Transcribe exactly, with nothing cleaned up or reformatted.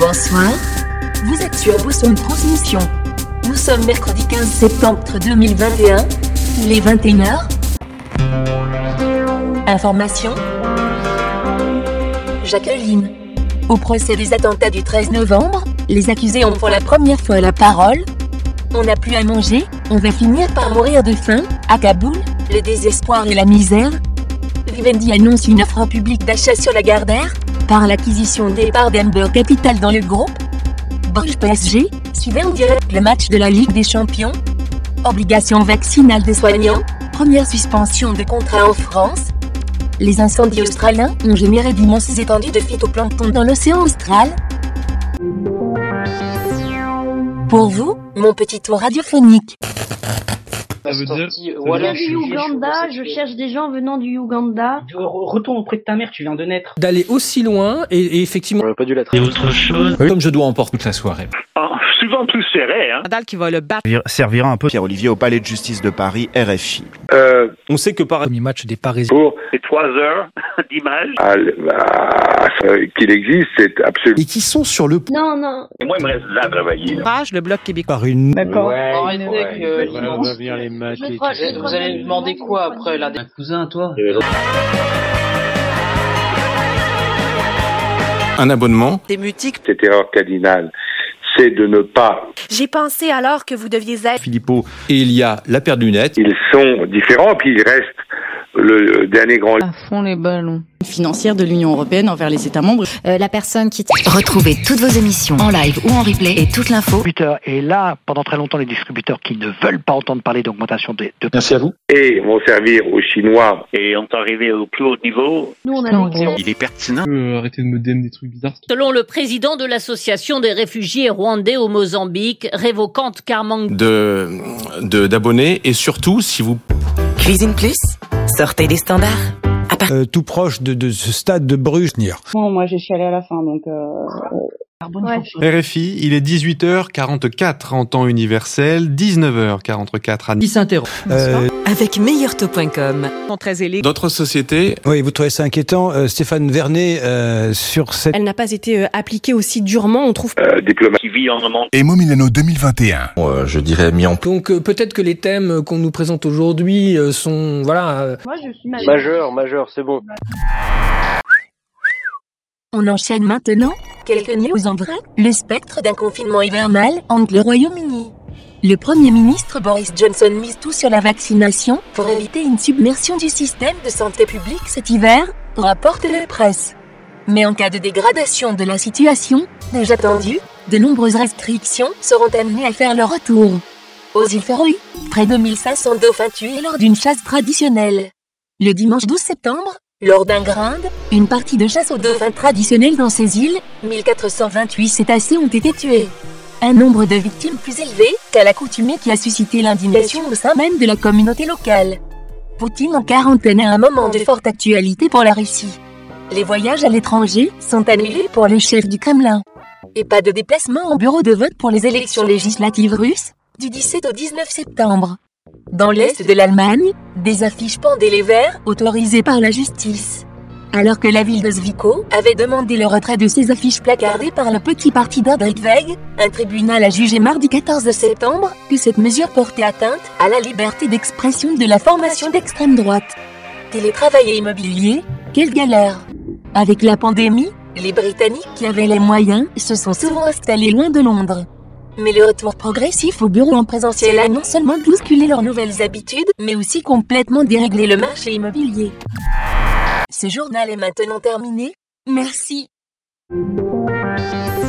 Bonsoir. Vous êtes sur Boston Transmission. Nous sommes mercredi quinze septembre deux mille vingt et un. Il est vingt et une heures. Information. Jacqueline. Au procès des attentats du treize novembre, les accusés ont pour la première fois la parole. On n'a plus à manger, on va finir par mourir de faim. À Kaboul, le désespoir et la misère. Vivendi annonce une offre publique d'achat sur la Gardère, par l'acquisition des parts d'Amber Capital dans le groupe. Bruges P S G, suivez en direct le match de la Ligue des Champions. Obligation vaccinale des soignants, première suspension de contrat en France. Les incendies australiens ont généré d'immenses étendues de phytoplancton dans l'océan austral. Pour vous, mon petit tour radiophonique. Ça veut dire, voilà, je suis Ouganda, je cherche des gens venant du Ouganda. Retourne auprès de ta mère, tu viens de naître. D'aller aussi loin et, et effectivement. J'aurais pas dû la traiter. Et autre chose. Oui. Comme je dois emporter toute la soirée. Ah, souvent plus serré, hein. Nadal qui va le battre. Servira un peu Pierre-Olivier au Palais de Justice de Paris, R F I. Euh, On sait que par premier match des Parisiens. Pour C'est trois heures d'images. ah, bah, qu'il existe, c'est absolument. Et qui sont sur le point. Non, non. Et moi, il me reste là à travailler. Page, le bloc québécois. Par une. D'accord. Ouais, Arrêtez ouais, que- ouais, voilà, on va venir les matchs. Je les- crois- je Vous allez demander quoi après là? Un cousin, toi? Un abonnement. Des mutiques. Cette erreur cardinale, c'est de ne pas. J'ai pensé alors que vous deviez être. Philippot. Et il y a la paire de lunettes. Ils sont différents, puis il reste le dernier grand. À fond les ballons. Financière de l'Union européenne envers les États membres. Euh, la personne qui... Retrouvez toutes vos émissions en live ou en replay et toute l'info. Et là, pendant très longtemps, les distributeurs qui ne veulent pas entendre parler d'augmentation de... de... Merci à vous. Et vont servir aux Chinois. Et on est arrivé au plus haut niveau. Nous, on a des... Il est pertinent. Euh, arrêtez de me D M des trucs bizarres. Selon le président de l'association des réfugiés rwandais au Mozambique, révocante car manque De, de, d'abonnés et surtout, si vous. Cuisine Plus, sortez des standards. À part... Euh, tout proche de, de ce stade de Bruges. Bon, moi, j'ai chialé à la fin, donc... Euh... Ouais. R F I, il est dix-huit heures quarante-quatre en temps universel, dix-neuf heures quarante-quatre à Qui s'interrompt. Euh... Avec meilleurtaux point com. Sont très ailés. D'autres sociétés. Oui, vous trouvez ça inquiétant, euh, Stéphane Vernet, euh, sur cette. Elle n'a pas été euh, appliquée aussi durement, on trouve. Euh, diplomates. Qui vit en monde. Emo Milano deux mille vingt et un. Euh, je dirais mis en. Donc euh, peut-être que les thèmes qu'on nous présente aujourd'hui euh, sont voilà. Euh... Moi, je suis majeur. Majeur, majeur, c'est bon. On enchaîne maintenant. Quelques news en vrai. Le spectre d'un confinement hivernal hante le Royaume-Uni. Le Premier ministre Boris Johnson mise tout sur la vaccination pour éviter une submersion du système de santé publique cet hiver, rapporte la presse. Mais en cas de dégradation de la situation, déjà tendue, de nombreuses restrictions seront amenées à faire leur retour. Aux îles Féroé, près de mille cinq cents dauphins tués lors d'une chasse traditionnelle. Le dimanche douze septembre, lors d'un grind, une partie de chasse aux dauphins traditionnels dans ces îles, mille quatre cent vingt-huit cétacés ont été tués. Un nombre de victimes plus élevé qu'à l'accoutumée qui a suscité l'indignation au sein même de la communauté locale. Poutine en quarantaine à un moment de forte actualité pour la Russie. Les voyages à l'étranger sont annulés pour le chef du Kremlin. Et pas de déplacement en bureau de vote pour les élections législatives russes, du dix-sept au dix-neuf septembre. Dans l'est de l'Allemagne, des affiches pendaient les verts autorisées par la justice. Alors que la ville de Zwickau avait demandé le retrait de ces affiches placardées par le petit parti d'Andrettweg, un tribunal a jugé mardi quatorze septembre que cette mesure portait atteinte à la liberté d'expression de la formation d'extrême droite. Télétravail et immobilier, quelle galère! Avec la pandémie, les Britanniques qui avaient les moyens se sont souvent installés loin de Londres. Mais le retour progressif au bureau en présentiel a non seulement bousculé leurs nouvelles habitudes, mais aussi complètement déréglé le marché immobilier. Ce journal est maintenant terminé. Merci.